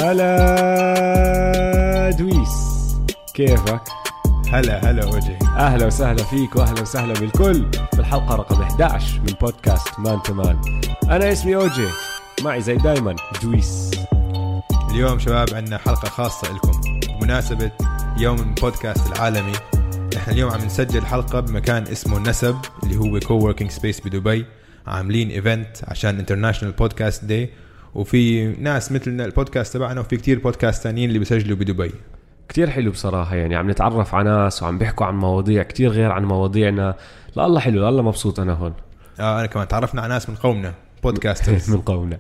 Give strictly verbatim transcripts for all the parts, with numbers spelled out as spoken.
هلا دويس، كيفك؟ هلا هلا وجهي، أهلا وسهلا فيك وأهلا وسهلا بالكل بالحلقة رقم إحدى عشر من بودكاست مان تمان. أنا اسمي أوجي، معي زي دايما دويس. اليوم شباب عندنا حلقة خاصة لكم بمناسبة يوم البودكاست العالمي. احنا اليوم عم نسجل حلقة بمكان اسمه النسب اللي هو كووركينج سبيس بدبي. عاملين ايفنت عشان انترناشنال بودكاست داي، وفي ناس مثلنا البودكاست تبعنا وفي كتير بودكاست تانيين اللي بيسجلوا بدبي. كتير حلو بصراحة، يعني عم نتعرف على ناس وعم بيحكوا عن مواضيع كتير غير عن مواضيعنا. لا الله حلو، لا الله مبسوط أنا هون. آه أنا كمان تعرفنا على ناس من قومنا بودكاسترز من قومنا.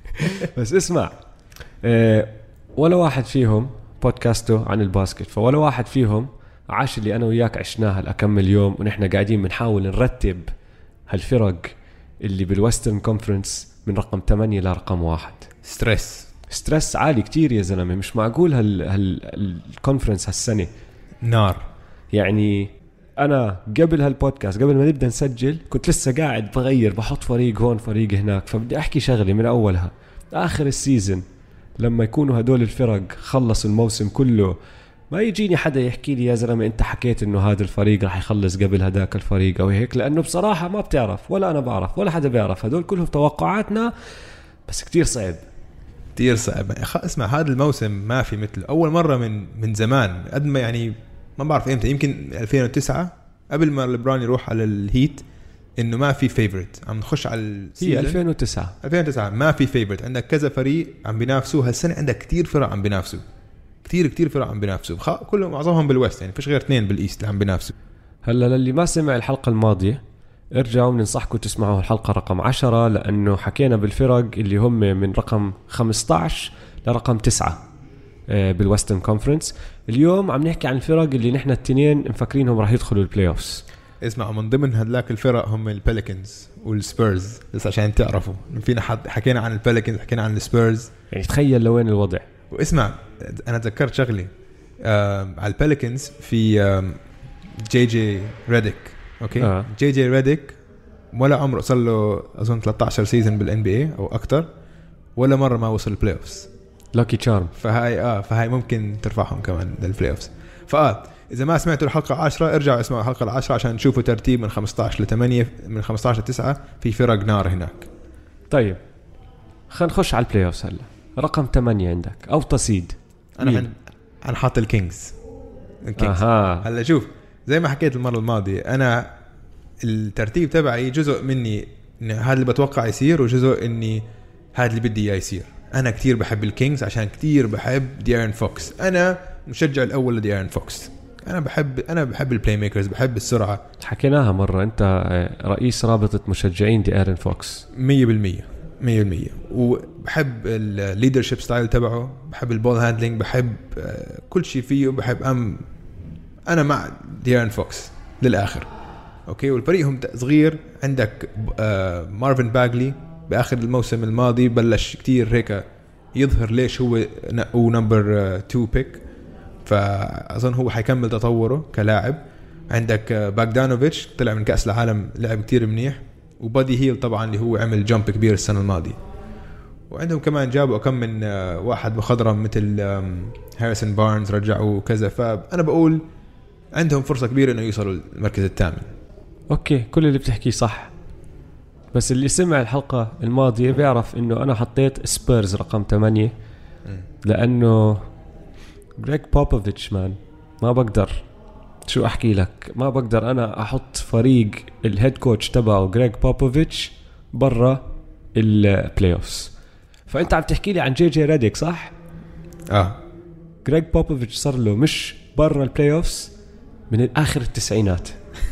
بس اسمع، اه ولا واحد فيهم بودكاستو عن الباسكت، فولا واحد فيهم عاش اللي أنا وياك عشناها الأكمل يوم، ونحن قاعدين بنحاول نرتب هالفرق اللي بالوسترن كونفرنس من رقم ثمانية لرقم واحد. ستريس ستريس عالي كتير يا زلمة، مش معقول هال هالكونفرنس هالسنة نار. يعني أنا قبل هالبودكاست قبل ما نبدأ نسجل كنت لسه قاعد بغير، بحط فريق هون فريق هناك، فبدي أحكي شغلي من أولها. آخر السيزن لما يكونوا هدول الفرق خلصوا الموسم كله، ما يجيني حدا يحكي لي يا زلمة أنت حكيت إنه هذا الفريق رح يخلص قبل هداك الفريق أو هيك، لأنه بصراحة ما بتعرف ولا أنا بعرف ولا حدا بيعرف. هدول كلهم توقعاتنا، بس كتير صعب كتير صعب. اسمع، هذا الموسم ما في مثل أول مرة من من زمان قد ما، يعني ما بعرف إمتى، يمكن ألفين وتسعة قبل ما ليبرون يروح على الهيت، إنه ما في فيفورت. عم نخش على السيزن هي ألفين وتسعة ألفين وتسعة ما في فيفورت. عندك كذا فريق عم بينافسوا هالسنة، عندك كتير فرق عم بينافسوا، كتير كتير فرق عم بينافسوا، كلهم معظمهم بالوست، يعني فيش غير اثنين بالإيست اللي عم بينافسوا. هلا للي ما سمع الحلقة الماضية ارجعوا ننصحكم تسمعوا الحلقة رقم عشرة، لأنه حكينا بالفرق اللي هم من رقم خمسة عشر لرقم تسعة بالوسترن كونفرنس. اليوم عم نحكي عن الفرق اللي نحن التنين مفكرينهم راح يدخلوا البلاي اوفز. اسمع، من ضمن هدلاك الفرق هم البليكنز والسبيرز، بس عشان تعرفوا فينا حد حكينا عن البليكنز حكينا عن السبيرز، يعني تخيل لوين الوضع. واسمع انا تذكرت شغلي آه على البليكنز في آه جي جي ريديك. اوكي آه. جي جي ريديك ولا عمره صار له اظن ثلاثة عشر سيزن بالان بي اي او اكثر، ولا مره ما وصل البلاي اوفز. لاكي تشارم. فهاي اه فهاي ممكن ترفعهم كمان للبلاي اوفز. فاه اذا ما سمعتوا الحلقه عشرة ارجعوا اسمعوا الحلقه العاشرة عشان تشوفوا ترتيب من خمسة عشر ل ثمانية، من خمسة عشر ل تسعة في فرق نار هناك. طيب خلينا نخش على البلاي اوفز. هلا رقم ثمانية عندك او تصيد. انا عن عن حاط الكينجز. الكينجز أها. هلا شوف، زي ما حكيت المره الماضيه، انا الترتيب تبعي جزء مني إن هذا اللي بتوقع يصير، وجزء اني هذا اللي بدي اياه يصير. انا كتير بحب الكينجز عشان كتير بحب ديارن فوكس. انا مشجع الاول لديارن فوكس. انا بحب انا بحب البلاي ميكرز، بحب السرعه. حكيناها مره، انت رئيس رابطه مشجعين ديارن فوكس. مية بالمية مية بالمية. وبحب الليدرشيب ستايل تبعه، بحب البول هاندلينج، بحب كل شيء فيه، بحب أم أنا مع ديارن فوكس للآخر. أوكي، والفريقهم صغير. عندك مارفن باغلي بآخر الموسم الماضي بلش كتير هيك يظهر ليش هو نمبر تو بيك، فأظن هو حيكمل تطوره كلاعب. عندك باغدانوفيتش طلع من كأس العالم، لعب كتير منيح. وبادي هيل طبعا اللي هو عمل جامب كبير السنة الماضية. وعندهم كمان جابوا كم من واحد مخضرم مثل هاريسون بارنز رجعوا كذا. فأنا بقول عندهم فرصة كبيرة إنه يوصلوا المركز الثامن. أوكي، كل اللي بتحكيه صح، بس اللي سمع الحلقة الماضية بيعرف إنه أنا حطيت سبيرز رقم ثمانية، لأنه غريغ بوبوفيتش مان ما بقدر، شو أحكي لك، ما بقدر أنا أحط فريق الهيد كوتش تبعه غريغ بوبوفيتش برا البلاي اوفز. فأنت عم تحكي لي عن جي جي ريديك صح؟ آه غريغ بوبوفيتش صار له مش برا البلاي اوفز من آخر التسعينات.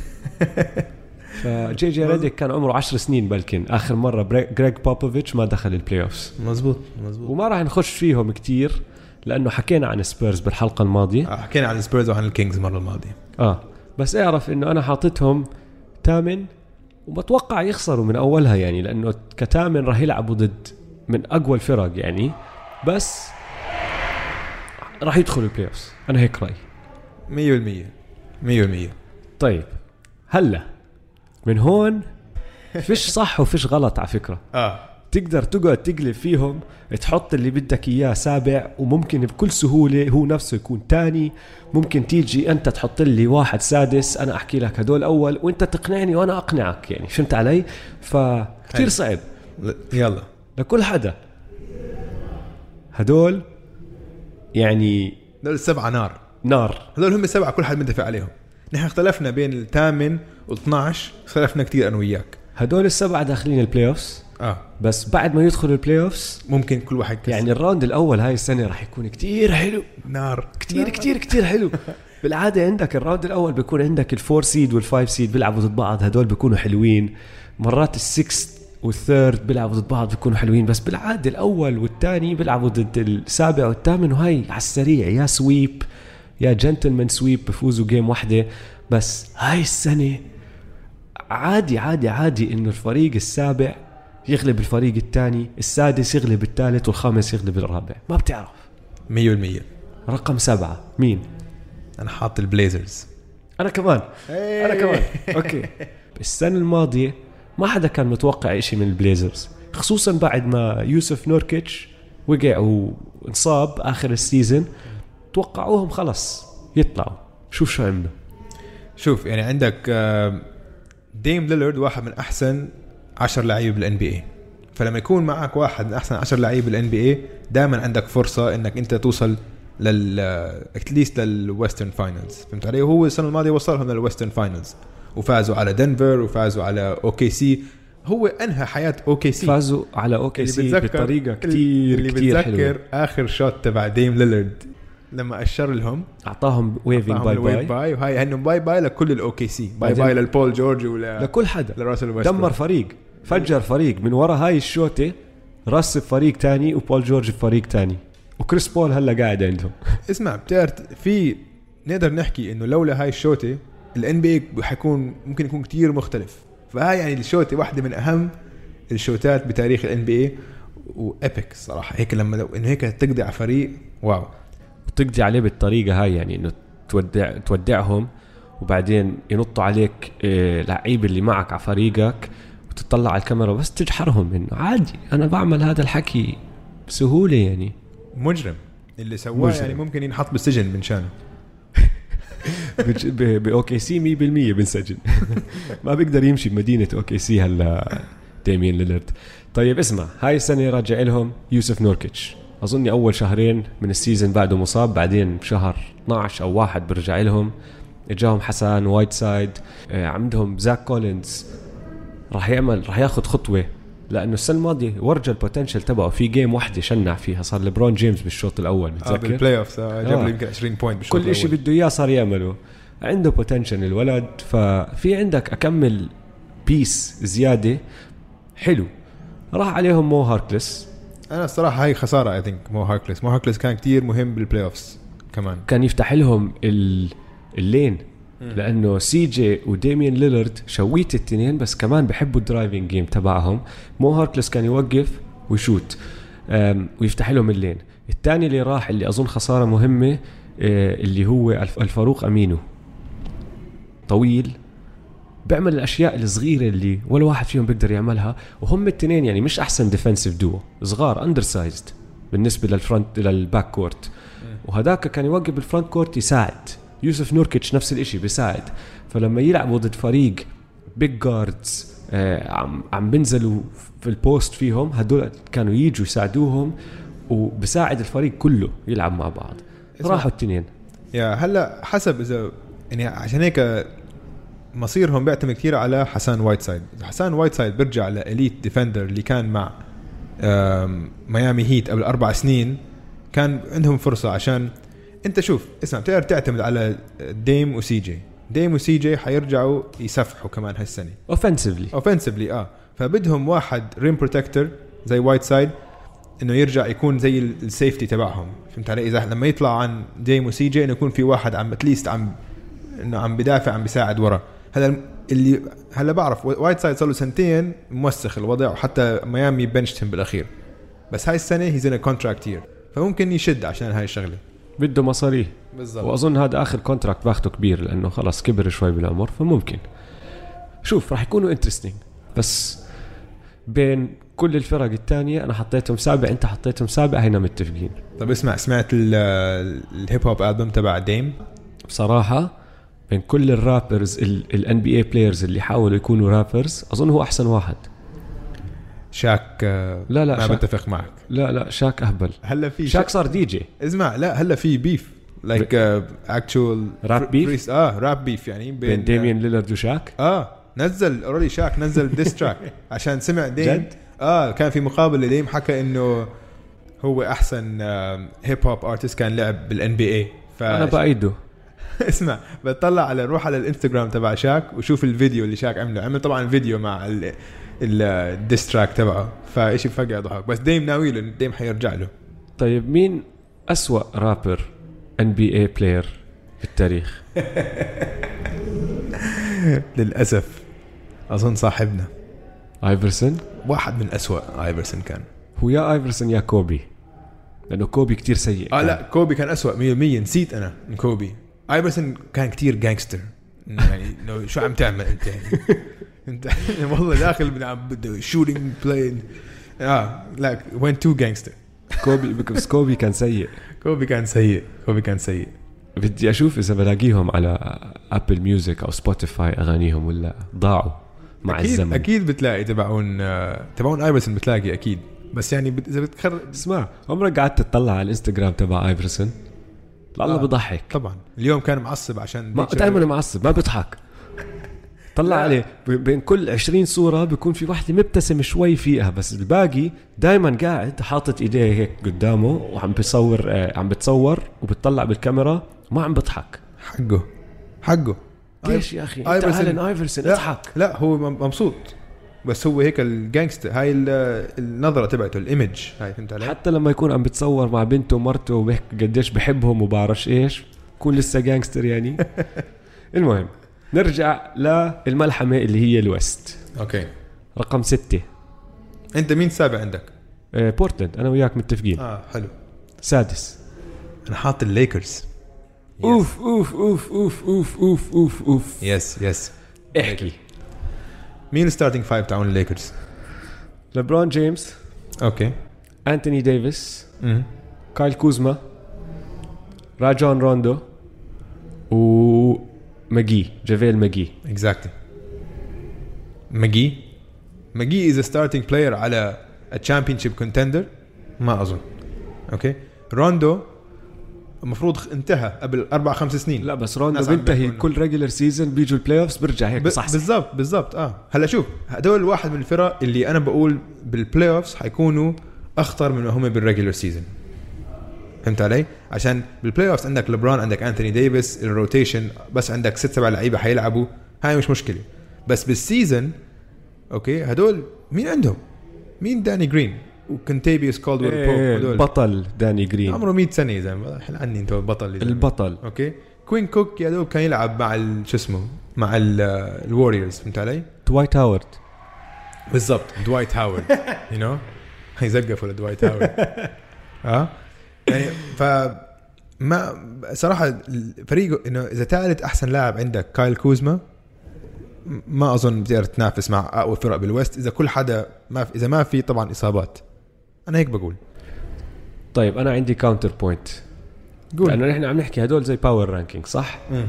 فجي جي ريديك كان عمره عشر سنين بلكن آخر مرة غريغ بوبوفيتش ما دخل البلاي اوفز. مزبوط مزبوط. وما راح نخش فيهم كتير لأنه حكينا عن سبيرز بالحلقة الماضية. آه حكينا عن سبيرز وعن الكينجز المرة الماضية. آه بس اعرف إنه أنا حاطتهم تامن، وبتوقع يخسروا من أولها، يعني لأنه كتامن راح يلعبوا ضد من أقوى الفرق يعني، بس راح يدخلوا البلاي اوفز. أنا هيك رأيي. مية بالمية مية بالمية. طيب هلا من هون فيش صح وفيش غلط على فكرة. آه تقدر تقعد تقلب فيهم، تحط اللي بدك إياه سابع، وممكن بكل سهولة هو نفسه يكون تاني. ممكن تيجي أنت تحط لي واحد سادس، أنا أحكي لك هدول أول وأنت تقنعني وأنا أقنعك، يعني فهمت علي؟ فكتير صعب يلا لكل حدا. هدول يعني هدول السبعة نار نار، هدول هم السبعة كل حد متفق عليهم. نحن اختلفنا بين الثامن واثناعش، اختلفنا كتير أنا وياك. هدول السبعة داخلين البلاي أوفس، اه بس بعد ما يدخل البلاي أوفس ممكن كل واحد كسر. يعني الراوند الأول هاي السنة راح يكون كتير حلو، نار كتير نار. كتير كتير حلو. بالعادة عندك الراوند الأول بيكون عندك الفور سيد والفايف سيد بيلعبوا ضد بعض، هدول بيكونوا حلوين. مرات السكس والثيرد بيلعبوا ضد بعض بيكونوا حلوين، بس بالعادة الأول والثاني بيلعبوا ضد السابع والثامن، وهاي على السريع يا سويب يا جنتلمان سويب بفوزوا جيم واحدة. بس هاي السنة عادي عادي عادي إنه الفريق السابع يغلب الفريق الثاني، السادس يغلب الثالث، والخامس يغلب الرابع. ما بتعرف. مية بالمية. رقم سبعة مين؟ أنا حاط البليزرز. أنا كمان أنا كمان أوكي. السنة الماضية ما حدا كان متوقع إشي من البليزرز، خصوصا بعد ما يوسف نوركيتش وقع وانصاب آخر السيزن. توقعوهم خلص يطلعوا. شوف شو عملوا. شوف يعني عندك ديم ليلارد واحد من أحسن عشر لعيبة بالان بي اي، فلما يكون معك واحد من أحسن عشر لعيبة بالان بي اي دائما عندك فرصة إنك أنت توصل لل اتليست للويسترن فاينلز. فهمت علي؟ وهو السنة الماضية وصلهم للويسترن فاينلز وفازوا على دنفر وفازوا على اوكي سي. هو انهى حياة اوكي سي، فازوا على اوكي سي بطريقة كتير اللي كتير حلوة. حلوة. اخر شوت تبع ديم ليلارد لما اشر لهم اعطاهم ويفينج باي باي, باي وهاي هنهم باي باي لكل الاوكي سي، باي باي للبول جورج ولا لكل حدا، لراسل ويستبروك. دمر فريق، فجر فريق من ورا هاي الشوطة، رسب فريق تاني، وبول جورج فريق تاني، وكريس بول هلا قاعد عندهم. اسمع بتعرف في نقدر نحكي انه لولا هاي الشوطة الان بي اي حيكون ممكن يكون كتير مختلف. فهاي يعني الشوطة واحدة من اهم الشوتات بتاريخ الان بي اي وابيك صراحة. هيك لما لو انه هيك تقضي على فريق واو، وتقضي عليه بالطريقة هاي، يعني انه تودع تودعهم وبعدين ينطوا عليك إيه لعيب اللي معك على فريقك وتطلع على الكاميرا بس تجحرهم. انه عادي انا بعمل هذا الحكي بسهولة. يعني مجرم اللي سواه، يعني ممكن ينحط بالسجن من شانه. بأوكي سي مية بالمية بنسجن. ما بيقدر يمشي بمدينة أوكي سي هلا ديمين ليلارد. طيب اسمع، هاي السنة راجع لهم يوسف نوركيتش، أظني أول شهرين من السيزن بعده مصاب، بعدين بشهر اثناشر أو واحد برجع لهم. جاهم حسن وايت سايد، عندهم زاك كولينز راح يعمل راح ياخد خطوة، لأنه السنة الماضية ورجى البوتنشل تبعه في جيم واحدة شنع فيها، صار لبرون جيمس بالشوط الأول بتذكر؟ آه بالبلاي أوفس جاب لي يمكن عشرين بوينت بالشوط كل إشي بده إياه صار يعمله. عنده بوتنشل الولد، ففي عندك أكمل بيس زيادة حلو. راح عليهم مو هاركلس. أنا الصراحة هاي خسارة. أي ثينك مو هاركلس مو هاركلس كان كتير مهم بالبلاي أوفس، كمان كان يفتح لهم اللين، لأنه سي جي وديمين ليلارد شويت التنين، بس كمان بحبوا الدرايفنج جيم تبعهم. مو هاركلس كان يوقف ويشوت ويفتح لهم اللين. الثاني اللي راح اللي أظن خسارة مهمة اللي هو الفاروق أمينو، طويل بيعمل الأشياء الصغيرة اللي ولا واحد فيهم بيقدر يعملها. وهم التنين يعني مش أحسن ديفنسيف دو، صغار أندرسايزد بالنسبة للفرونت للباك كورت، وهداك كان يوقف بالفرونت كورت يساعد. يوسف نوركيتش نفس الاشي بيساعد. فلما يلعبوا ضد فريق بيج جاردز آه عم عم بنزلوا في البوست فيهم، هدول كانوا ييجوا يساعدوهم وبساعد الفريق كله يلعب مع بعض. راحوا التنين. يا هلا حسب اذا يعني عشان هيك مصيرهم بيعتمد كثير على حسن وايت سايد. حسن وايت سايد بيرجع لإليت ديفندر اللي كان مع ميامي هيت قبل أربع سنين، كان عندهم فرصة. عشان انت شوف اسمع بتقدر تعتمد على ديم وسي جي. ديم وسي جي حيرجعوا يسفحوا كمان هالسنة اوفنسيفلي اوفنسيفلي اه فبدهم واحد ريم بروتكتور زي وايت سايد انه يرجع يكون زي السيفتي تبعهم. فهمت علي؟ اذا لما يطلع عن ديم وسي جي انه يكون في واحد عم اتليست عم انه عم بدافع عم بيساعد ورا. هذا اللي هلا بعرف وايت سايد صار له سنتين موسخ الوضع، وحتى ميامي بنشتهم بالاخير، بس هاي السنه هي زين كونتراكت يير، فممكن يشد عشان هاي الشغله بده مصاري بالضبط. واظن هذا اخر كونتراكت باخده كبير لانه خلاص كبر شوي بالعمر، فممكن شوف راح يكونوا انترستينج. بس بين كل الفرق التانية أنا حطيتهم سابع، أنت حطيتهم سابع، هنا متفقين. طب اسمع، سمعت الهيب هوب ألبوم تبع ديم؟ بصراحة بين كل الرابرز ال إن بي إيه بلايرز اللي حاولوا يكونوا رابرز أظن هو أحسن واحد. شاك لا لا ما شاك بتفق معك. لا لا شاك أهبل. هلا في شاك صار دي جي. اسمع، لا هلا في بيف لايك اكتشوال راب بيف. اه راب بيف يعني بين, بين ديميان ليلارد وشاك. اه نزل اوريدي شاك نزل ديس تراك عشان سمع ديم. جد؟ اه كان في مقابله لديم حكى انه هو احسن هيب هوب ارتست كان لعب بالان بي اي. انا بايده. اسمع، بتطلع على روح على الانستغرام تبع شاك وشوف الفيديو اللي شاك عمله. عمل طبعا الفيديو مع الديس تراك تبعه، فايشي فجأة ضحك. بس ديم ناوي له، ديم حيرجع له. طيب مين أسوأ رابر إن بي إيه بلاير في التاريخ؟ للأسف أظن صاحبنا آيفرسون. واحد من أسوأ آيفرسون كان. هو يا آيفرسون يا كوبي، لأنه كوبي كتير سيء. آه لا كوبي كان أسوأ مية بالمية. نسيت أنا من كوبي. آيفرسون كان كتير جانكستر يعني شو عم تعمل أنت يعني أنت والله داخل من عم بده shooting playing. آه لا went too gangster. كوبي بس كوبي كان سيء. كوبي كان سيء. كوبي كان سيء. بدي أشوف إذا بلاقيهم على أبل ميوزك أو سبوتيفاي أغانيهم ولا ضاعوا مع أكيد الزمن. أكيد بتلاقي تبعون تبعون آيفرسون بتلاقي أكيد. بس يعني إذا بتخر اسمع، عمرك قعدت تطلع على الانستغرام تبع آيفرسون؟ الله آه. بضحك طبعا. اليوم كان معصب عشان دائما معصب ما بضحك. طلع عليه بين كل عشرين صورة بيكون في واحدة مبتسم شوي فيها، بس الباقي دايما قاعد حاطط ايديه هيك قدامه وعم بيصور آه عم بتصور وبتطلع بالكاميرا ما عم بضحك. حقه حقه. ليش يا اخي انت ألين آيفرسون اضحك؟ لا هو مبسوط، بس هو هيك الجانكستر. هاي النظرة تبعته الايمج هاي، فهمت علي؟ حتى لما يكون عم بتصور مع بنته ومرته وبيحكي قديش بحبهم وبعرفش ايش، يكون لسه جانكستر يعني. المهم نرجع للملحمة اللي هي الويست. اوكي رقم ستة. انت مين سابع عندك؟ آه بورتلاند. انا وياك متفقين. اه حلو. سادس انا حاط الليكرز. اوف اوف اوف اوف اوف اوف اوف اوف يس يس. احكي مين الستارتنج فايف تاعون الليكرز؟ ليبرون جيمس. اوكي. أنتوني ديفيس. امم كايل كوزما. راجون روندو و ماجي جافيل ماجي. exactly. ماجي ماجي is a starting player على a championship contender ما أظن. أوكي. روندو المفروض انتهى قبل أربع خمس سنين. لا بس روندو بينتهي كل regular season بيجوا البلاي أوفس برجع هيك صح. بالضبط بالضبط. آه هلا شوف، هدول واحد من الفرق اللي أنا بقول بالبلاي أوفس حيكونوا أخطر من هم بالريجولر سيزن. فهمت علي؟ عشان بالبلاي أوفس عندك ليبرون، عندك أنتوني ديفيس، الروتيشن بس عندك ست سبع لعيبة حيلعبوا، هاي مش مشكلة. بس بالسيزن اوكي هدول مين عندهم؟ مين؟ داني جرين وكنتيبيوس كولدويل إيه بوب. بطل داني جرين عمره مية سنة يا زلمة. الحين عني انت بطل البطل. اوكي. كوين كوك يا دوب كان يلعب مع شو اسمه مع الواريورز. فهمت علي؟ دوايت هاورد. بالضبط دوايت هاورد. يو نو هيزقفوا لدوايت هاورد. اه يعني ف ما صراحة الفريق انه اذا ثالث احسن لاعب عندك كايل كوزما ما اظن بتقدر تنافس مع اقوى فرق بالويست اذا كل حدا ما في، اذا ما في طبعا اصابات. انا هيك بقول. طيب انا عندي كاونتر بوينت. قول. لانه نحن عم نحكي هدول زي باور رانكينج صح؟ م.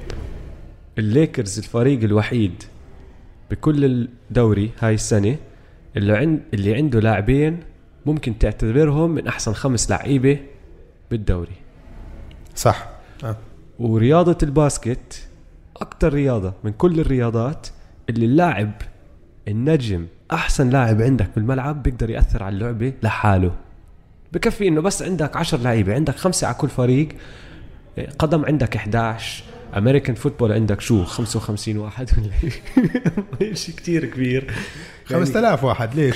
الليكرز الفريق الوحيد بكل الدوري هاي السنة اللي عند اللي عنده لاعبين ممكن تعتبرهم من احسن خمس لعيبة بالدوري. صح. آه. ورياضة الباسكت أكتر رياضة من كل الرياضات اللي اللاعب النجم أحسن لاعب عندك بالملعب بيقدر يأثر على اللعبة لحاله. بكفي إنه بس عندك عشر لعيبة، عندك خمسة على كل فريق. قدم عندك إحدى عشر. أمريكان فوتبول عندك شو خمسة وخمسين واحد ولا شيء كتير كبير. خمسة آلاف واحد ليش؟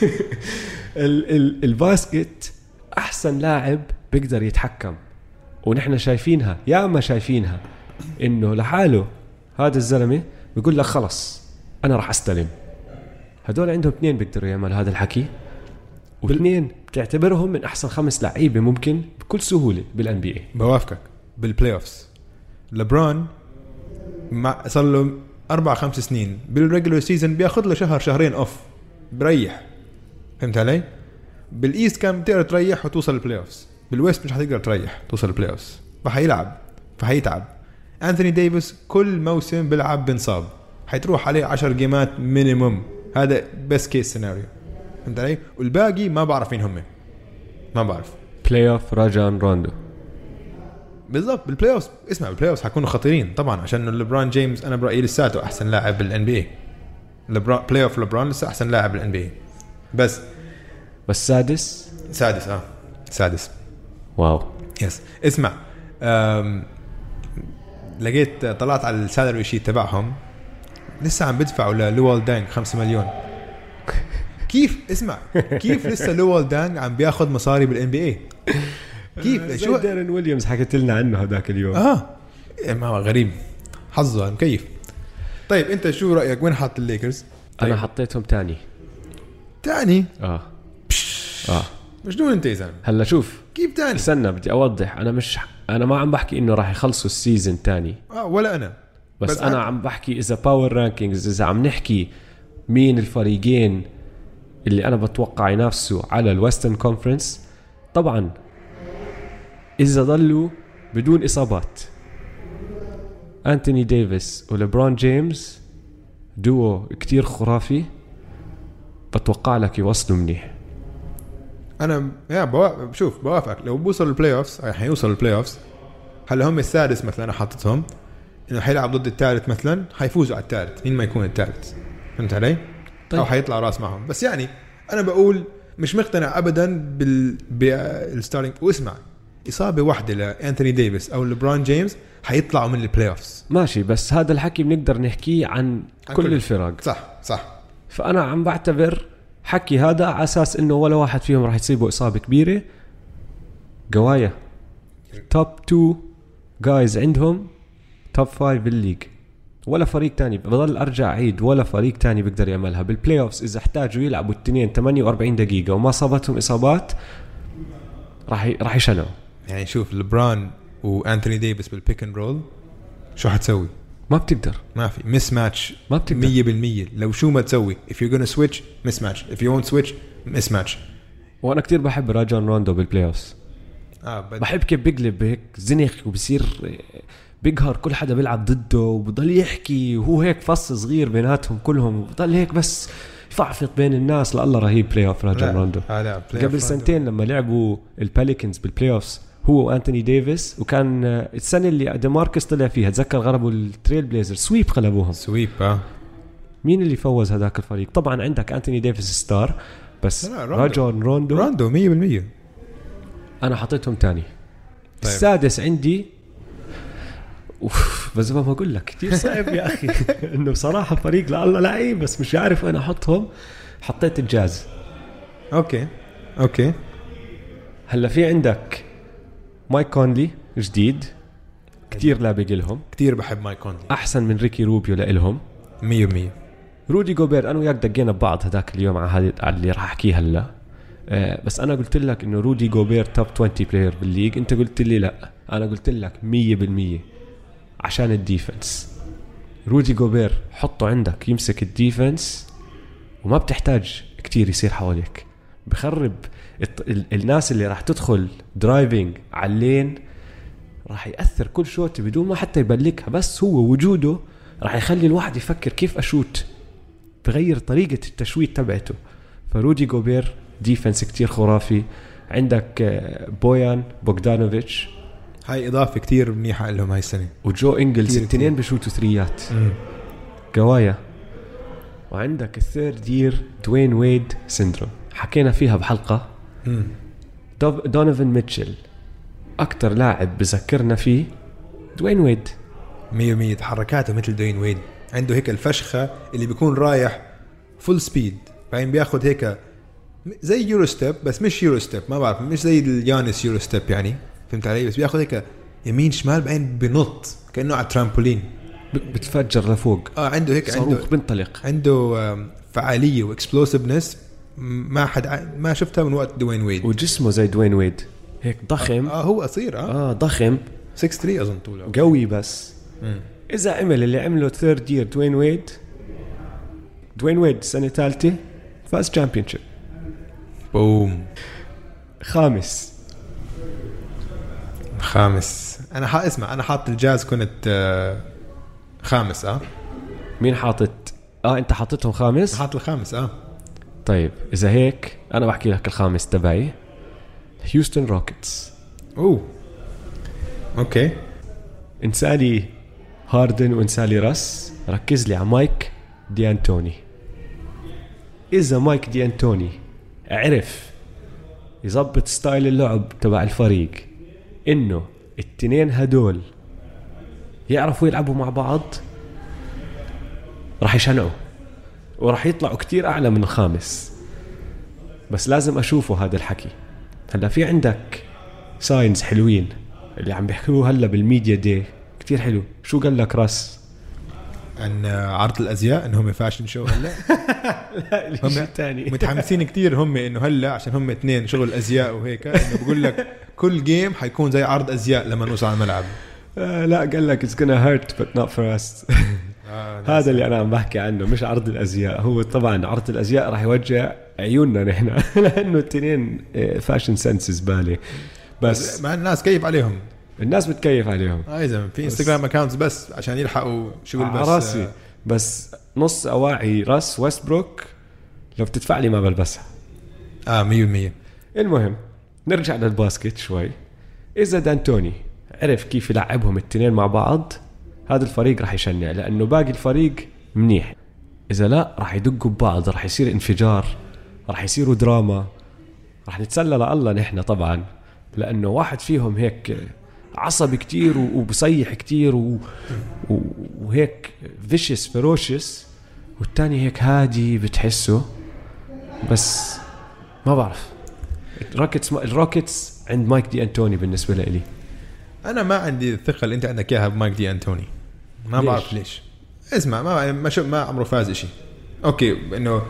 ال ال الباسكت أحسن لاعب بيقدر يتحكم، ونحن شايفينها يا ما شايفينها إنه لحاله هذا الزلمة بيقول لك خلص أنا راح أستلم. هدول عندهم اثنين بيقدروا يعمل هذا الحكي، واثنين بتعتبرهم من أحسن خمس لعيبة ممكن بكل سهولة بالان بي اي. بوافقك. بالبلاي اوفس لبرون صار له أربع خمس سنين بالريجولر سيزن بياخذ له شهر شهرين اوف بريح. فهمت علي؟ بالايست كان بتقدر تريح وتوصل البلاي اوفز، بالويست مش هتقدر تريح توصل البلاي اوفز، فحيلعب فحيتعب. أنثوني ديفيس كل موسم بيلعب بنصاب، حيتروح عليه عشر جيمات مينيموم، هذا بس كيس سيناريو. فهمت علي؟ والباقي ما بعرف مين هم، ما بعرف. بلاي اوف راجون روندو بالضبط. بالبلاي اوف اسمع، بالبلاي اوف حيكونوا خطيرين طبعا، عشان ليبرون جيمس انا برايي لساته احسن لاعب بالان بي اي. ليبرون بلاي اوف ليبرون لسه احسن لاعب بالان بي اي. بس بس سادس سادس اه سادس. واو. يس. اسمع، لقيت طلعت على السالري شيت تبعهم، لسه عم بدفعوا للوال دانج خمسة مليون. كيف اسمع كيف لسه لوال دانج عم بياخد مصاري بالان بي اي؟ كيف؟ شو دارين ويليامز حكيت لنا عنه هذاك اليوم. اه ما هو غريب حظه مكيف. طيب انت شو رايك؟ وين حاط الليكرز؟ طيب. انا حطيتهم تاني تاني اه اه مجنون انت يا زلمه. هلا شوف كيف تاني؟ استنى بدي اوضح. انا مش انا ما عم بحكي انه راح يخلصوا السيزن تاني اه ولا انا، بس, بس انا عم... عم بحكي اذا باور رانكينجز، اذا عم نحكي مين الفريقين اللي انا بتوقع ينافسوا على الويسترن كونفرنس. طبعا اذا ضلوا بدون اصابات أنتوني ديفيس وليبرون جيمس دوو كتير خرافي، بتوقع لك يوصلوا منيح. انا يا بوا... شوف بوافقك، لو بوصل البلاي اوفز حيوصل البلاي اوفز. هلا هم السادس مثلا انا حاطتهم انه حيلعب ضد الثالث مثلا، حيفوزوا على الثالث مين ما يكون الثالث. فهمت علي؟ طيب. او حيطلع راس معهم. بس يعني انا بقول مش مقتنع ابدا بال بالستارينج. واسمع، اصابه واحده لانتوني ديفيس او ليبرون جيمس حيطلعوا من البلاي اوفز. ماشي، بس هذا الحكي بنقدر نحكيه عن, عن كل, كل الفرق. صح صح. فانا عم بعتبر حكي هذا على اساس انه ولا واحد فيهم راح يصيبه اصابه كبيره. قوايا توب تو جايز عندهم توب فايف بالليج، ولا فريق تاني بضل ارجع عيد ولا فريق تاني بيقدر يعملها بالبلاي اوفز. اذا احتاجوا يلعبوا الاثنين ثمانية وأربعين دقيقه وما صابتهم اصابات راح ي... راح يشنوا. يعني شوف ليبرون وانتوني ديفيس بالبيك اند رول شو حتسوي؟ ما بتقدر، ما في مس ماتش، ما بتقدر مية بالمية. لو شو ما تسوي if you're gonna switch miss match, if you won't switch miss match. وانا كتير بحب راجون روندو بالبلاي اوفز. اه بد... بحب كيف بيقلب هيك زنخ وبصير بيقهر كل حدا بيلعب ضده وبضل يحكي وهو هيك فص صغير بيناتهم كلهم، وبضل هيك بس يفعفط بين الناس. لا الله رهيب بلاي اوف راجون روندو. قبل سنتين لما لعبوا الباليكنز بالبلاي اوفز هو وانتوني ديفيس، وكان السنه اللي ديماركس طلع فيها تذكر غلبوا التريل بليزر سويب، غلبوهم سويب. اه مين اللي فوز هذاك الفريق؟ طبعا عندك انتوني ديفيس ستار، بس راجون روندو روندو مية بالمية. انا حطيتهم تاني. طيب. السادس عندي اوف بس ما بقول لك كتير صعب يا اخي انه بصراحه فريق لا الله لعيب بس مش عارف وين احطهم. حطيت الجاز. اوكي اوكي. هلا في عندك مايك كونلي جديد كتير لابق لهم، كتير بحب مايك كونلي، احسن من ريكي روبيو لإلهم مية بالمية. رودي جوبير انا وياك دقينا ببعض هذاك اليوم على هذا على اللي راح احكيه هلا. أه بس انا قلت لك انه رودي جوبير توب عشرين بلاير بالليج، انت قلت لي لا. انا قلت لك مية بالمية عشان الديفنس. رودي جوبير حطه عندك يمسك الديفنس وما بتحتاج كتير يصير حواليك، بخرب الناس اللي راح تدخل درايفنج على اللين، راح يأثر كل شوت بدون ما حتى يبلكها. بس هو وجوده راح يخلي الواحد يفكر كيف أشوت، بغير طريقة التشويت تبعته. فرودي جوبير ديفنس كتير خرافي. عندك بويان بوغدانوفيتش، هاي إضافة كتير منيحة لهم هاي السنة. وجو إنجلز التنين بشوتوا ثريات قوايا. وعندك الثيرد يير دوين ويد سيندروم، حكينا فيها بحلقة. مم. دونيفن ميتشل أكتر لاعب بذكرنا فيه دوين ويد. مية مية تحركاته مثل دوين ويد، عنده هيك الفشخة اللي بيكون رايح فول سبيد، بعدين بياخد هيك زي يورو ستيب، بس مش يورو ستيب، ما بعرف، مش زي اليانس يورو ستيب يعني، فهمت علي؟ بس بياخد هيك يمين شمال بعدين بنط كأنه على ترامبولين بتفجر لفوق. اه عنده هيك عنده بنطلق، عنده فعالية واكسبلوسيفنس ما حد ما شفتها من وقت دوين ويد. وجسمه زي دوين ويد هيك ضخم. اه, آه هو قصير. اه اه ضخم ستة ثلاثة اظن طوله قوي. بس مم. اذا عمل اللي عمله ثيرد يير دوين ويد، دوين ويد سنه ثالثه فاز تشامبيونشيب. بوم. خامس خامس انا ح... اسمع انا حاط الجاز كنت آه خامس. اه مين حاطط؟ اه انت حاطتهم خامس؟ حاط الخامس. اه طيب اذا هيك انا بحكي لك الخامس تبعي هيوستن روكيتس. اوه اوكي. انسالي هاردن وانسالي راس، ركز لي على مايك دي أنتوني. اذا مايك دي أنتوني عرف يضبط ستايل اللعب تبع الفريق انه التنين هدول يعرفوا يلعبوا مع بعض، راح يشنعوا وراح يطلعوا كتير اعلى من الخامس. بس لازم اشوفه هذا الحكي. هلا في عندك ساينز حلوين اللي عم بيحكوه هلا بالميديا دي كتير حلو. شو قال لك راس عن عرض الازياء انهم فاشن شو هلا؟ لا هم تاني متحمسين كتير هم انه هلا عشان هم اثنين شغل ازياء وهيك، انه بقول لك كل جيم حيكون زي عرض ازياء لما نوصل على الملعب. آه لا قال لك it's gonna hurt but not for us. آه هذا اللي انا عم بحكي عنه، مش عرض الازياء. هو طبعا عرض الازياء راح يوجع عيوننا نحن لانه التنين فاشن سنس زباله. بس مع الناس كيف عليهم، الناس بتكيف عليهم. اه اذا في انستغرام اكاونتس بس عشان يلحقوا شغل بس راسي. بس نص اواعي راس ويستبروك لو بتدفع لي ما بلبسها. اه مية بالمية. المهم نرجع للباسكت شوي. اذا دانتوني عرف كيف يلعبهم التنين مع بعض، هذا الفريق راح يشنع، لانه باقي الفريق منيح. اذا لا راح يدقوا ببعض، راح يصير انفجار، راح يصيروا دراما، راح نتسلى لله نحن طبعا، لانه واحد فيهم هيك عصبي كتير وبصيح كتير و... و... وهيك فيشيس فيروشيس، والتاني هيك هادي بتحسه. بس ما بعرف الروكيتس الروكيتس عند مايك دي أنتوني بالنسبة لي انا ما عندي الثقة اللي انت عندك اياها بمايك دي أنتوني. ما ليش؟ بعرف ليش. اسمع ما ما, شو ما عمره فاز اشي. اوكي انه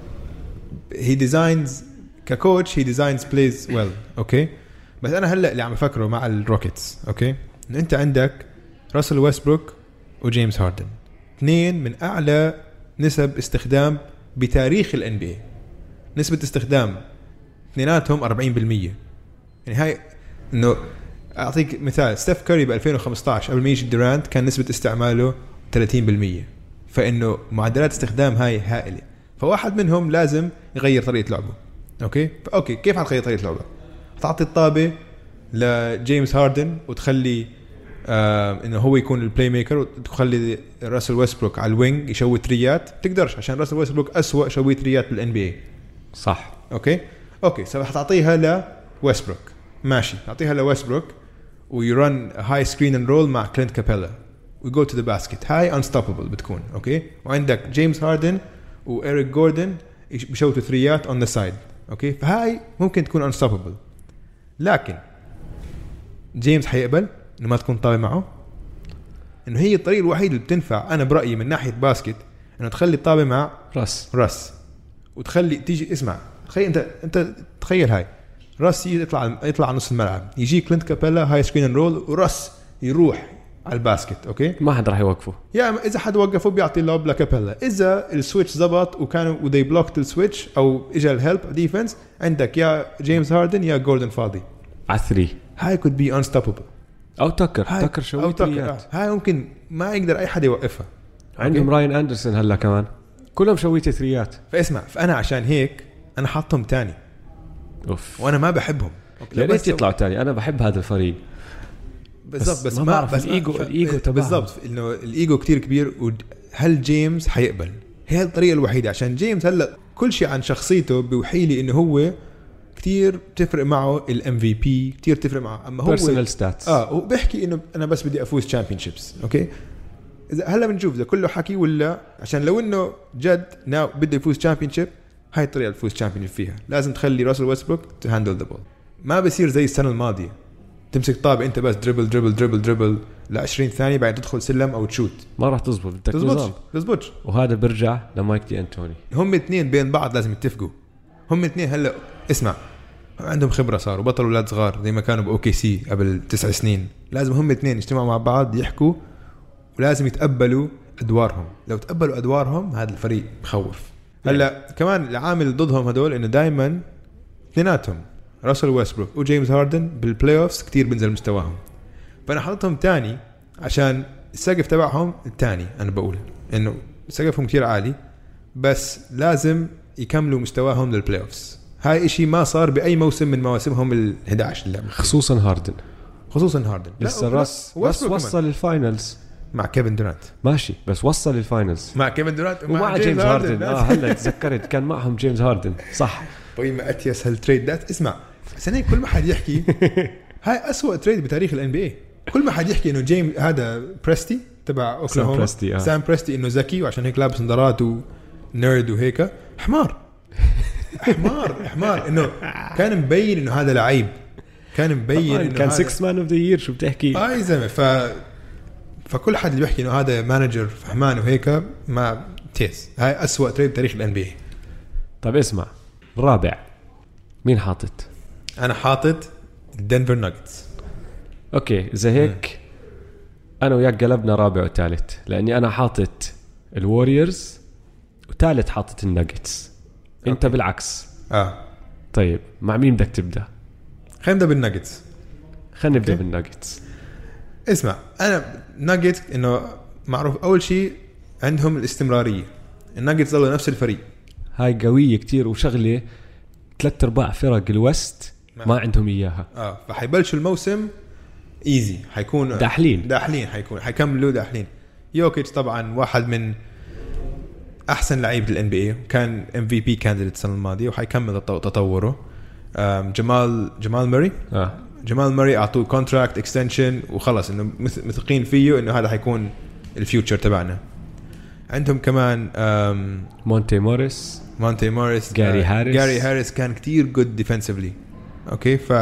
he designs ككوتش he designs plays well. اوكي بس انا هلا اللي عم بفكره مع الروكيتس اوكي انه انت عندك راسل ويستبروك وجيمس هاردن، اثنين من اعلى نسب استخدام بتاريخ ال إن بي إيه. نسبة استخدام اثنيناتهم أربعين بالمية. يعني هاي انه اعطيك مثال، ستيف كاري ب ألفين وخمسة عشر قبل ما يجي دورانت كان نسبة استعماله ثلاثين بالمية. فانه معدلات استخدام هاي هائلة. فواحد منهم لازم يغير طريقة لعبه. اوكي اوكي كيف حتغير طريقة لعبه؟ تعطي الطابة لجيمس هاردن وتخلي آه انه هو يكون البلاي ميكر، وتخلي راسل ويستبروك على الوينج يشوي تريات. تقدرش عشان راسل ويستبروك أسوأ شوي تريات بالان بي اي. صح اوكي اوكي سو حتعطيها لويستبروك ماشي، تعطيها لويستبروك ويرن هاي سكرين اند رول مع كلينت كابيلا ويجو تو ذا باسكت. هاي انستوببل بتكون اوكي. وعندك جيمس هاردن وإيريك جوردن بيشوتوا ثريات اون ذا سايد اوكي. فهاي ممكن تكون انستوببل، لكن جيمس حيقبل انه ما تكون طابة معه؟ انه هي الطريقة الوحيدة اللي بتنفع انا برأيي من ناحية باسكت انه تخلي الطابة مع راس راس وتخلي تيجي. اسمع تخيل انت انت تخيل هاي راس يطلع يطلع على نص الملعب، يجي كلينت كابيلا هاي سكرين اند رول وراس يروح على الباسكت اوكي. ما حد راح يوقفه، يا اذا حد وقفه بيعطي اللوب لكابيلا. اذا السويتش زبط وكانوا وذي بلوكت السويتش او اجى الهيلب ديفنس، عندك يا جيمس هاردن يا جوردن فاضي على ثري. هاي كود بي انستوببل. او تكر تكر شوي تريات. هاي ممكن ما يقدر اي حد يوقفها. عندهم راين اندرسون هلا كمان كلهم شويت ثريات. فاسمع فانا عشان هيك انا حاطهم تاني. اوف وانا ما بحبهم. يا ريت يطلعوا تاني. انا بحب هذا الفريق بالضبط، بس, بس ما ما بعرف بس الايجو ف... الايجو تبعه بالضبط انه الايجو كتير كبير. وهل جيمس حيقبل؟ هي الطريقه الوحيده عشان جيمس هلا كل شيء عن شخصيته بيوحي لي انه هو كتير بتفرق معه الام في بي، كتير تفرق معه. اما هو بيرسونال ستاتس اه وبيحكي انه انا بس بدي افوز تشامبيونشيبس اوكي. اذا هلا بنشوف اذا كله حكي ولا عشان لو انه جد ناو بده يفوز تشامبيونشيب، هاي الطريقه اللي تفوز تشامبيونشيب فيها لازم تخلي راسل ويستبروك تو هاندل ذا بول. ما بصير زي السنه الماضيه تمسك طابة انت بس دربل دربل دربل دربل ل عشرين ثانية بعدين تدخل سلم او تشوت. ما راح تزبط، بدك نظام تزبطش. وهذا برجع لمايك دي أنتوني. هم اثنين بين بعض لازم يتفقوا. هم اثنين هلا اسمع عندهم خبرة، صاروا بطل اولاد صغار زي ما كانوا باوكي سي قبل تسع سنين. لازم هم اثنين يجتمعوا مع بعض يحكوا ولازم يتقبلوا ادوارهم. لو تقبلوا ادوارهم هذا الفريق بخوف. هلا كمان العامل ضدهم هدول انه دائما اثنيناتهم راسل ويستبروك وجيمس هاردن بالبلاي اوفز كتير بينزل مستواهم. فانا حاطتهم تاني عشان السقف تبعهم التاني. انا بقول انه سقفهم كتير عالي بس لازم يكملوا مستواهم للبلاي اوفز. هاي اشي ما صار باي موسم من مواسمهم الأحد عشر اللي خصوصا هاردن خصوصا هاردن لسه راس بس وصل الفاينلز مع كيفن دورانت. ماشي بس وصل الفاينلز مع كيفن دورانت ومع, ومع جيمس هاردن, هاردن. اه هلا تذكرت كان معهم جيمس هاردن صح. طيب ما اتيس هالتريد ده اسمع سنة كل ما حد يحكي هاي أسوأ تريد بتاريخ الان بي اي. كل ما حد يحكي انه جيم هذا بريستي تبع اوكلاهوما سام بريستي, آه. سام بريستي انه ذكي وعشان هيك لابس نظارات ونيرد وهيك حمار حمار حمار انه كان مبين انه هذا لعيب كان مبين انه كان سكس مان اوف ذا يير. شو بتحكي اه يا زلمه. ف فكل حد اللي بيحكي انه هذا مانجر فهمان وهيك ما تيس. هاي أسوأ تريد بتاريخ الان بي اي. طب اسمع الرابع مين حاطط؟ انا حاطط الدنفر ناجتس. اوكي اذا هيك انا وياك قلبنا رابع وثالث لاني انا حاطط الواريورز وثالث حاطط الناجتس. انت أوكي. بالعكس. اه طيب مع مين بدك تبدا؟ خلينا نبدا بالناجتس. خلينا نبدا بالناجتس. اسمع انا ناجت انه معروف اول شيء عندهم الاستمراريه. الناجتس ظلوا نفس الفريق. هاي قويه كتير وشغله ثلاث ارباع فرق الوست ما, ما عندهم اياها. اه فحيبلشوا الموسم ايزي. حيكون داحلين داحلين حيكون حيكملوا داحلين. يوكيتش طبعا واحد من احسن لعيبه الان بي اي كان ام في بي كانديديت السنه الماضيه وحيكمل تطوره. جمال جمال ماري آه. جمال ماري اعطوه كونتراكت اكستنشن وخلص انه مثقين فيه انه هذا حيكون الفيوتشر تبعنا. عندهم كمان مونتي موريس مونتي موريس جاري هاريس. جاري هاريس كان كتير جود ديفنسيفلي. اوكي ف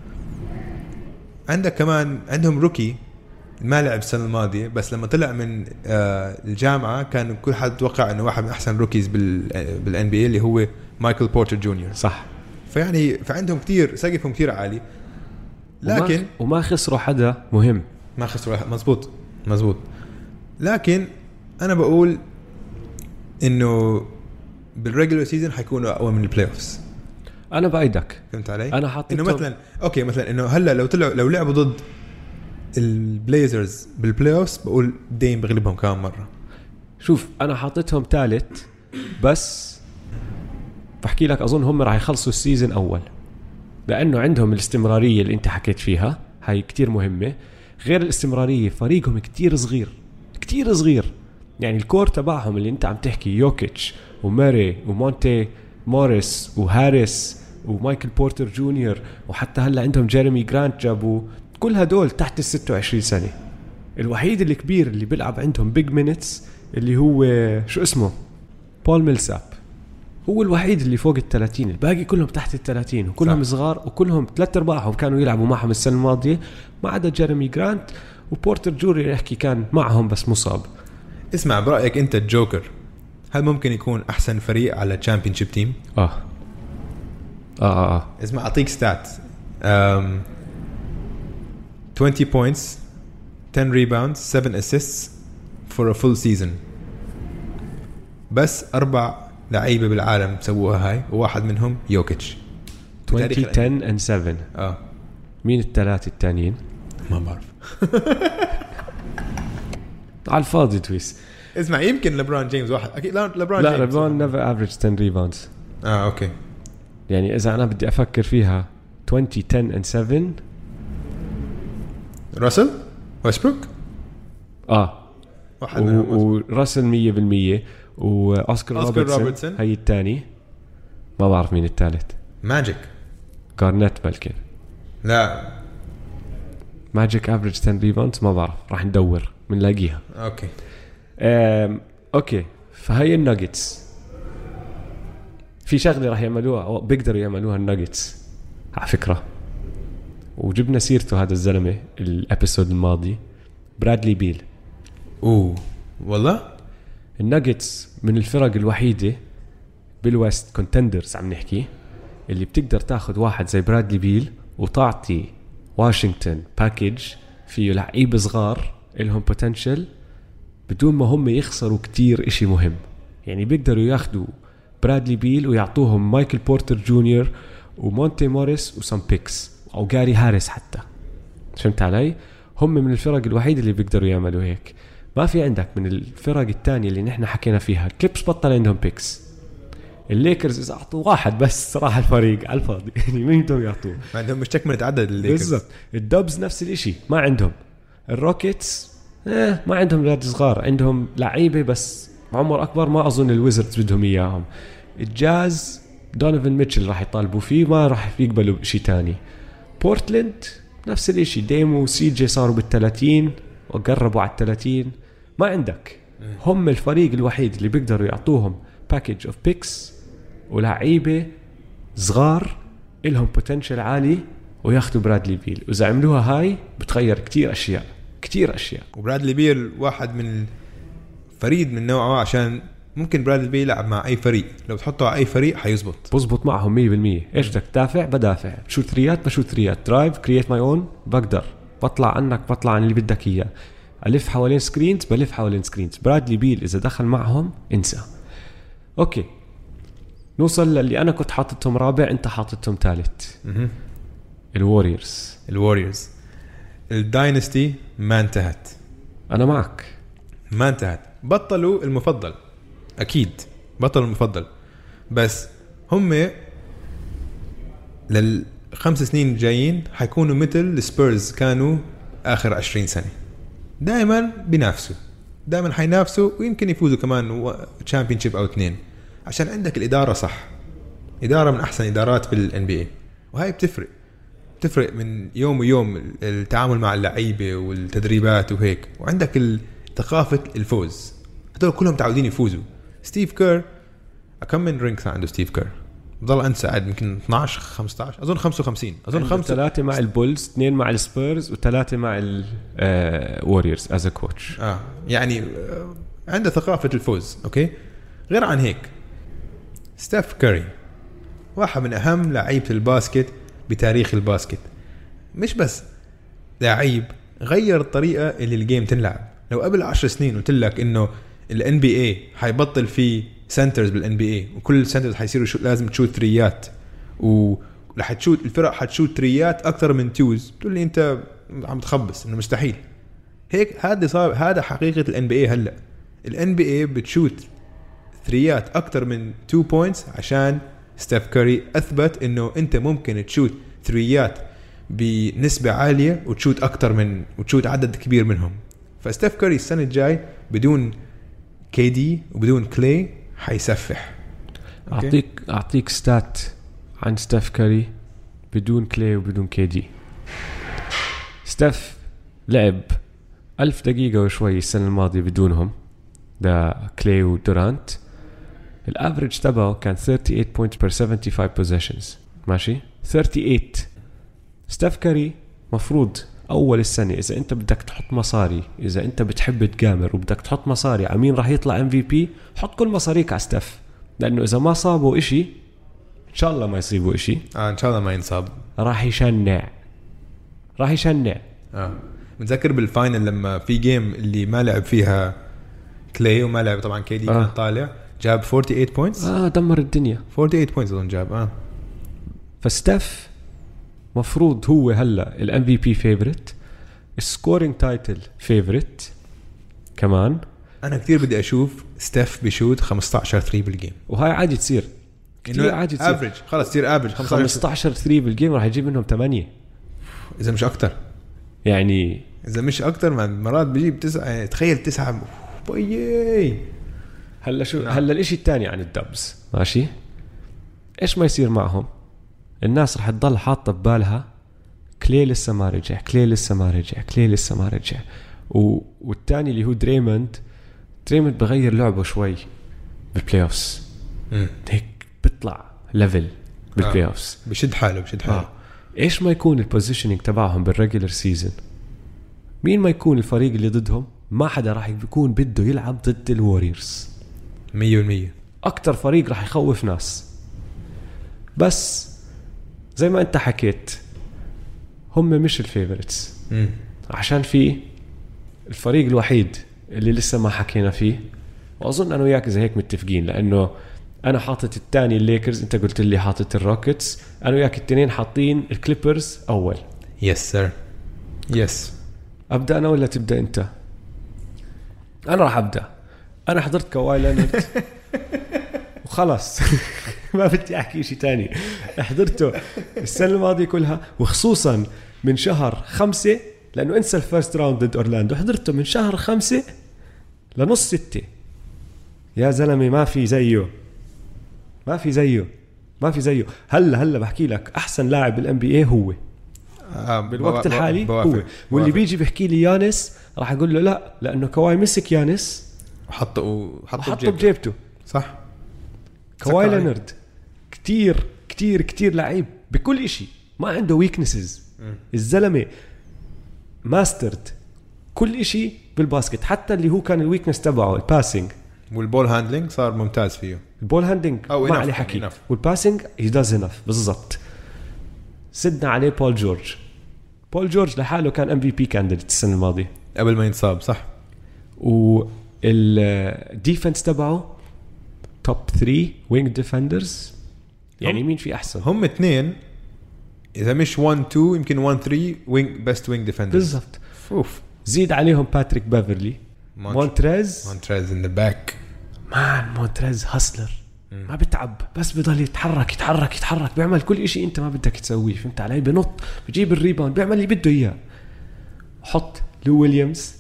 عندك كمان عندهم روكي ما لعب السنه الماضيه بس لما طلع من الجامعه كان كل حد توقع انه واحد من احسن روكيز بال بالان بي اي اللي هو مايكل بورتر جونيور. صح. فيعني فعندهم كتير سقفهم كتير عالي لكن وما, وما خسروا حدا مهم. ما خسروا مزبوط مزبوط. لكن انا بقول انه بالريجولر سيزون حيكونوا اقوى من البلاي اوفز. انا بايدك. فهمت علي؟ انا حاطط انه مثلا اوكي مثلا انه هلا لو طلعوا لو لعبوا ضد البليزرز بالبلاي اوفز بقول ديم بغلبهم كمان مره. شوف انا حاطتهم ثالث بس بحكي لك اظن هم راح يخلصوا السيزون اول لانه عندهم الاستمراريه اللي انت حكيت فيها هاي كتير مهمه. غير الاستمراريه فريقهم كتير صغير كتير صغير. يعني الكور تبعهم اللي انت عم تحكي يوكيتش وماري ومونتي موريس وهاريس ومايكل بورتر جونيور وحتى هلا عندهم جيريمي جرانت جابوا كل هدول تحت الستة وعشرين سنة. الوحيد اللي كبير اللي بيلعب عندهم بيج مينتس اللي هو شو اسمه بول ميلساب هو الوحيد اللي فوق الثلاثين. الباقي كلهم تحت الثلاثين وكلهم صح. صغار وكلهم ثلاث ارباعهم كانوا يلعبوا معهم السنة الماضية ما عدا جيريمي جرانت وبورتر جونيور يحكي كان معهم بس مصاب. اسمع برأيك انت الجوكر هل ممكن يكون احسن فريق على تشامبيونشيب تيم؟ اه اه اه, آه. اسمع اعطيك ستات um, twenty points ten rebounds seven assists for a full season. بس اربع لعيبه بالعالم سووها هاي وواحد منهم يوكيتش. twenty ten and seven. اه مين الثلاثه الثانيين؟ ما بعرف. على الفاضي تويس. اسمع يمكن لبران جيمس واحد اكيد. لا لبران لا لبران نيفر افريج ten rebounds. اه اوكي. يعني اذا انا بدي افكر فيها twenty ten and seven راسل ويستبروك اه واحد منهم وراسل مية بالمية واوسكار روبرتسون, روبرتسون هي الثاني. ما بعرف مين الثالث. ماجيك غارنيت بلكن. لا ماجيك افريج ten rebounds ما بعرف راح ندور بنلاقيها. اوكي أم. اوكي فهي الناجتس في شغله راح يعملوها او بيقدروا يعملوها الناجتس على فكره وجبنا سيرته هذا الزلمه الابيسود الماضي برادلي بيل. اوه والله الناجتس من الفرق الوحيده بالويست كونتندرز عم نحكي اللي بتقدر تاخذ واحد زي برادلي بيل وتعطي واشنطن باكيج فيه لعيبه صغار لهم بوتنشل بدون ما هم يخسروا كتير اشي مهم. يعني بيقدروا ياخدوا برادلي بيل ويعطوهم مايكل بورتر جونيور ومونتي موريس وسام بيكس او جاري هاريس حتى. فهمت علي؟ هم من الفرق الوحيدة اللي بيقدروا يعملوا هيك. ما في عندك من الفرق التانية اللي نحن حكينا فيها. الكليبس بطل عندهم بيكس. الليكرز إذا أعطوا واحد بس راح الفريق على الفاضي. يعني مين بدهم يعطوه؟ ما عندهم مش تكملة عدد الليكرز. بالضبط. الدبز نفس الاشي ما عندهم. الروكيتس eh, ما عندهم لعب صغار. عندهم لعيبة بس عمر أكبر. ما أظن الويزردز بدهم إياهم. الجاز دونيفن ميتشل راح يطالبوا فيه. ما راح يقبلوا شيء تاني. بورتلاند نفس الاشي. ديمو وسي جي صاروا بالثلاثين وقربوا على الثلاثين. ما عندك. هم الفريق الوحيد اللي بيقدروا يعطوهم باكيج اوف بيكس ولاعيبه صغار إلهم بوتنشل عالي وياخدوا برادلي بيل. وإذا عملوها هاي بتغير كتير أشياء كتير أشياء. وبرادلي بيل واحد من فريد من نوعه عشان ممكن برادلي بيل يلعب مع أي فريق. لو تحطه على أي فريق حيزبط. بزبط معهم مية بالمية. إيش بدك دافع بدافع. بشوت ثريات بشوت ثريات. درايف كرييت ماي اون بقدر. بطلع عنك بطلع عن اللي بدك إياه. ألف حوالين سكرينز بلف حوالين سكرينز. برادلي بيل إذا دخل معهم انسى. أوكي نوصل للي أنا كنت حاطتهم رابع أنت حاطتهم ثالث. الواريورز. الواريورز الداينستي ما انتهت. أنا معك ما انتهت. بطلوا المفضل أكيد بطلوا المفضل بس هم للخمس سنين الجايين حيكونوا مثل السبيرز كانوا آخر عشرين سنة. دائما بينافسوا دائما حينافسوا ويمكن يفوزوا كمان تشامبيونشيب أو اثنين عشان عندك الإدارة صح. إدارة من أحسن إدارات بالإن بي إيه وهاي بتفرق بتفرق من يوم ويوم. التعامل مع اللعيبة والتدريبات وهيك. وعندك ثقافة الفوز. هذول كلهم متعودين يفوزوا. ستيف كير كم من رينكس عنده ستيف كير؟ بضل أنسى عاد يمكن اثناشر خمسة عشر أظن خمسة وخمسين. أظن خمسة. ثلاثة مع البولز اثنين مع السبيرز وثلاثة مع الواريورز as a coach. آه يعني آه عنده ثقافة الفوز. أوكي غير عن هيك ستيف كيري واحد من أهم لاعيبة الباسكت بتاريخ الباسكت. مش بس لاعب غير الطريقة اللي الجيم تنلعب. لو قبل عشر سنين قلت لك إنه ال إن بي إيه حيبطل فيه سنترز بال إن بي إيه وكل السنترز حيصيروا شو لازم تشوت ثريات ورح تشوت الفرق حتشوت ثريات أكتر من توز. تقول لي أنت عم تخبص إنه مستحيل. هيك هذا صار هذا حقيقة ال إن بي إيه. هلأ ال إن بي إيه بتشوت ثريات أكتر من تو بوينتس عشان ستيف كاري أثبت إنه أنت ممكن تشوت ثريات بنسبة عالية وتشوت أكتر من وتشوت عدد كبير منهم. فستيف كاري السنة الجاي بدون كي دي وبدون كلاي حيسفح. أعطيك أعطيك ستات عن ستيف كاري بدون كلاي وبدون كي دي. ستيف لعب ألف دقيقة وشوي السنة الماضية بدونهم ده كلاي ودورانت. الافريج تبعه كان ثلاثة وثلاثين points per seventy-five possessions. ماشي ثلاثة وثلاثين. ستيف كاري مفروض اول السنه اذا انت بدك تحط مصاري اذا انت بتحب تجامر وبدك تحط مصاري على مين راح يطلع ام في بي حط كل مصاريك على ستيف. لانه اذا ما صابوا اشي ان شاء الله ما يصيبوا اشي. اه ان شاء الله ما ينصاب. راح يشنع راح يشنع. اه متذكر بالفاينل لما في جيم اللي ما لعب فيها كلاي وما لعب طبعا كي دي آه. كان طالع جاب ثمانية وأربعين بوينتس. اه دمر الدنيا. ثمانية وأربعين بوينتس اظن جاب. اه فستيف مفروض هو هلا الام في بي فيفورت السكورينج تايتل فيفورت كمان. انا كثير بدي اشوف ستيف بيشوت خمسة عشر ثري بالجيم وهاي عادي تصير كثير عادي تصير افريج خلص تصير افريج خمسة عشر ثري بالجيم راح يجيب منهم ثمانية اذا مش اكتر. يعني اذا مش اكتر مرات بيجيب تسعة. تخيل تسعة بيي. هلا شو نعم. هلا الاشي الثاني عن الدبز ماشي ايش ما يصير معهم الناس رح تضل حاطة ببالها كلي لسه ما رجع كلي لسه ما رجع كلي لسه ما رجع و... والتاني اللي هو دريموند دريموند بغير لعبه شوي بالبلاي اوفس هيك بيطلع ليفل بالبلاي اوفس آه. بشد حاله بشد حاله آه. ايش ما يكون البوزيشنينج تبعهم بالريجولر سيزن مين ما يكون الفريق اللي ضدهم ما حدا راح يكون بده يلعب ضد الواريورز مية بالمية. اكتر فريق راح يخوف ناس. بس زي ما انت حكيت هم مش الفيفوريتس عشان في الفريق الوحيد اللي لسه ما حكينا فيه واظن انا وياك زي هيك متفقين لانه انا حاطط الثاني الليكرز، انت قلت لي حاطط الروكيتس، انا وياك التنين حاطين الكليبرز اول. يس سير يس. ابدا انا ولا تبدا انت؟ انا راح ابدا. انا حضرت كواي لينارد وخلاص ما بدي احكي شيء تاني. حضرته السنه الماضيه كلها، وخصوصا من شهر خمسة، لانه انسى الفيرست راوند ضد اورلاندو، حضرته من شهر خمسة لنص ستة. يا زلمه ما في زيه، ما في زيه، ما في زيه. هلا هلا بحكي لك احسن لاعب بالان بي اي هو آه بالوقت بوا... الحالي بوا... هو. بوافق. واللي بوافق. بيجي بيحكي لي يانس راح اقول له لا، لانه كواي مسك يانس وحطه وحطه وحطه بجيبته. صح. كواي لينارد كتير كتير كتير لعيب بكل إشي، ما عنده ويكنسز. الزلمة ماسترد كل إشي بالباسكت، حتى اللي هو كان الويكنس تبعه الباسنج والبول هاندلينج صار ممتاز فيه. البول هاندلينج ما عليه حكي، والباسنج he does enough بالضبط. سدنا عليه بول جورج. بول جورج لحاله كان ام في بي كانديديت السنة الماضية قبل ما ينصاب صح. والديفنس تبعه توب ثري وينج ديفندرز، يعني مين في أحسن؟ هم اثنين إذا مش واحد اثنين يمكن واحد ثلاثة وينج بيست وينج ديفندرز بالضبط. اوف. زيد عليهم باتريك بيفرلي، مونتريز مونتريز ان ذا باك. مان مونتريز هاسلر، ما بتعب، بس بضل يتحرك يتحرك يتحرك، بيعمل كل إشي انت ما بدك تسويه، فهمت علي؟ بنط، بجيب الريباوند، بيعمل اللي بده اياه. حط لو ويليامز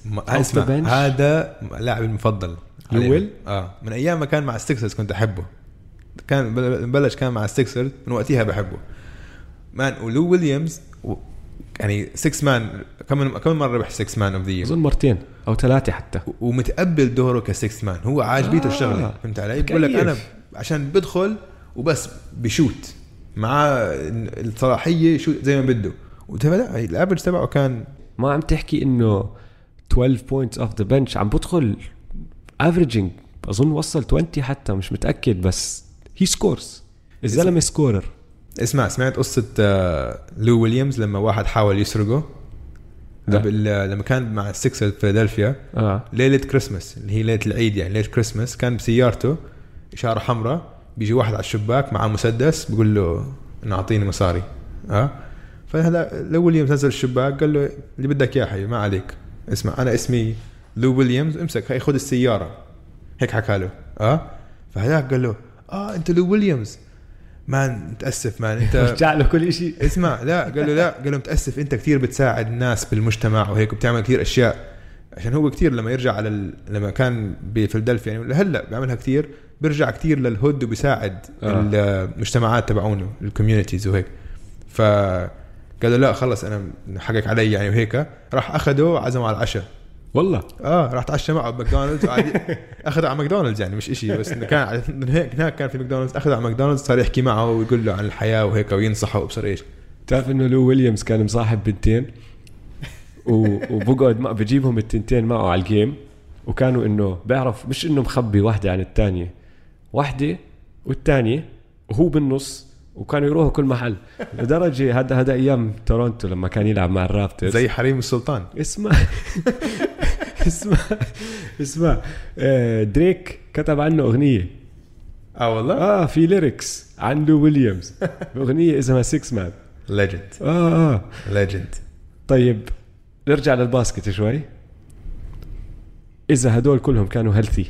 هذا لاعب المفضل. لويل اه من ايام ما كان مع السكسرز كنت احبه، كان بلش كان مع السكسرز من وقتها بحبه مان. ولو ويليامز و... يعني سكس مان كم كم مره ربح سكس مان اوف ذا يير، اظن مرتين او ثلاثه حتى، و... ومتقبل دوره كسكس مان. هو عاجبيته آه. الشغله، فهمت علي؟ بقول لك انا عشان بدخل وبس بشوت مع الصلاحيه شو زي ما بده، وتبع الافرج تبعه كان ما عم تحكي انه اثنا عشر بوينتس اوف ذا بنش، عم بدخل افريجينج اظن وصل عشرين حتى، مش متاكد، بس هي سكورز. الزلمه سكورر. اسمع، سمعت قصه لو ويليامز لما واحد حاول يسرقه قبل لما كان مع السكسرز في فيلادلفيا آه. ليله كريسماس اللي هي ليله العيد، يعني ليله كريسماس، كان بسيارته اشاره حمراء، بيجي واحد على الشباك مع مسدس بيقول له نعطيني مصاري. اه فهذا لو ويليامز نزل الشباك قال له اللي بدك يا حي ما عليك، اسمع انا اسمي لو ويليامز، امسك هاي خذ السياره، هيك حكى له. اه فهذاك قال له اه انت لو ويليامز مان، متاسف مان انت رجع له كل شيء. اسمع لا قال له لا قال له متاسف انت كثير بتساعد الناس بالمجتمع وهيك وبتعمل كثير اشياء، عشان هو كثير لما يرجع على ال... لما كان بفيلادلفيا يعني هلا بيعملها كثير، بيرجع كثير للهود وبيساعد آه. المجتمعات تبعونه الكوميونيتيز وهيك. فقال له لا خلص انا حقك علي يعني، وهيك راح اخده عزمه على العشاء. والله اه راح تعشى معه بماكدونالدز اخذ على ماكدونالدز يعني مش إشي، بس انه كان من هيك هناك كان في ماكدونالدز، اخذ على ماكدونالدز صار يحكي معه ويقول له عن الحياه وهيك وينصحه وبصير ايش. تعرف انه لو ويليامز كان مصاحب بنتين وبقعد ما بجيبهم التنتين معه على الجيم، وكانوا انه بيعرف مش انه مخبي واحده عن الثانيه، واحده والثانيه وهو بالنص، وكانوا يروحوا كل محل. لدرجه هذا هذا ايام تورونتو لما كان يلعب مع الرابترز زي حريم السلطان. اسمع اسمع اسمع دريك كتب عنه اغنيه. اه والله اه في ليركس عن لو ويليامز اغنيه اسمها سيكس مان ليجند. اه اه ليجند. طيب نرجع للباسكت شوي. اذا هدول كلهم كانوا هيلثي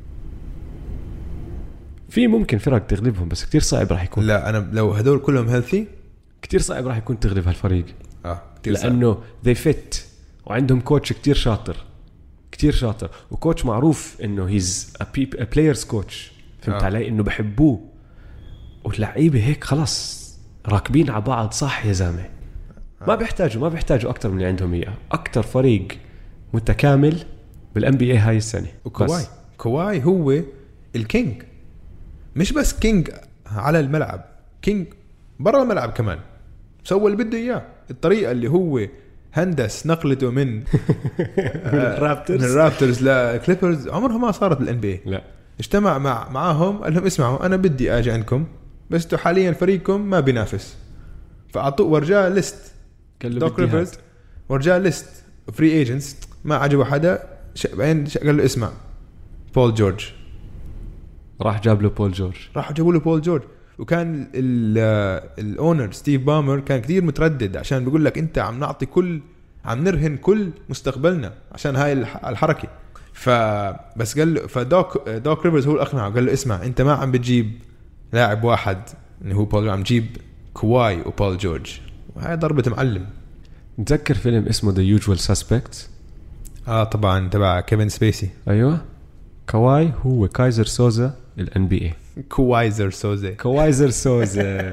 في ممكن فرق تغلبهم، بس كتير صعب راح يكون. لا انا لو هدول كلهم هيلثي كتير صعب راح يكون تغلب هالفريق. اه كتير صعب لانه they fit وعندهم كوتش كتير شاطر كتير شاطر، وكوتش معروف انه هيز a players coach، فهمت آه. علي؟ انه بحبوه، واللعيبه هيك خلاص راكبين على بعض صح يا زلمه. آه. ما بيحتاجوا ما بيحتاجوا اكتر من اللي عندهم اياه. اكتر فريق متكامل بالان بي اي هاي السنه. وكواي كواي هو الكينج، مش بس كينج على الملعب، كينج برا الملعب كمان. سوى اللي بده اياه. الطريقه اللي هو هندس نقلته من من الرابترز من الرابترز لكليبرز عمرها ما صارت بالان بي. لا اجتمع مع معاهم قال لهم اسمعوا انا بدي اجي عندكم، بس انتوا حاليا فريقكم ما بينافس، فاعطوه ورجاه ليست دوك ريفرز، ورجاه ليست فري ايجنتس ما عجبه حدا. بعدين قال له اسمع بول جورج راح جاب له بول جورج. راح جابوا له بول جورج. وكان الاونر ستيف بامر كان كتير متردد عشان بيقول لك انت عم نعطي كل عم نرهن كل مستقبلنا عشان هاي الحركه. فبس قال فدوك دوك ريفرز هو الاقنع قال له اسمع انت ما عم بتجيب لاعب واحد اللي هو بول، عم تجيب كواي وبول جورج، وهاي ضربة معلم. نتذكر فيلم اسمه The Usual Suspects. اه طبعا تبع كيفن سبيسي. ايوه كواي هو كايزر سوزا الان بي اي. كوايزر سوزا كوايزر سوزا.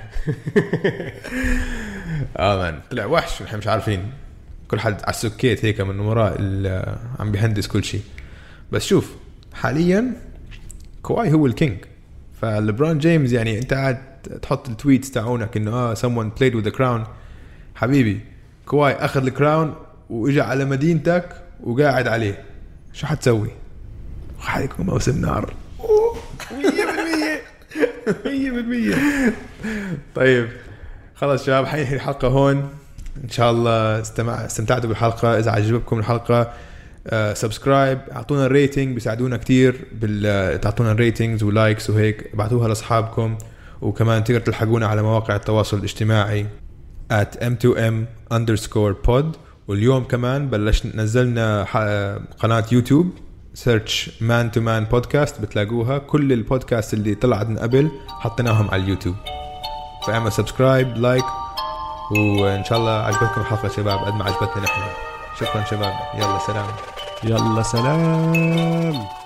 اه مان طلع وحش نحن مش عارفين، كل حد على السكيت هيك من وراء عم بيهندس كل شيء. بس شوف حاليا كواي هو الكينج. فالبرون جيمس يعني انت قاعد تحط التويتس تاعونك انه اه someone played with the crown. حبيبي كواي اخذ الكراون واجا على مدينتك وقاعد عليه، شو حتسوي؟ حيكون موسم نار مية بالمية مية بالمية. طيب خلاص شباب حينهي الحلقة هون. ان شاء الله استمع استمتعتوا بالحلقة. اذا عجبكم الحلقة سبسكرايب، اعطونا الريتنج بيساعدونا كتير بال تعطونا الريتنجز ولايكس وهيك، ابعتوها لاصحابكم. وكمان تقدر تلحقونا على مواقع التواصل الاجتماعي at ام تو ام underscore pod. واليوم كمان بلش نزلنا قناة يوتيوب سيرش مان تو مان بودكاست، بتلاقوها كل البودكاست اللي طلعت من قبل حطيناهم على اليوتيوب. فاعمل سبسكرايب لايك، وان شاء الله عجبتكم الحلقة شباب قد ما عجبتنا نحن. شكرا شباب، يلا سلام. يلا سلام.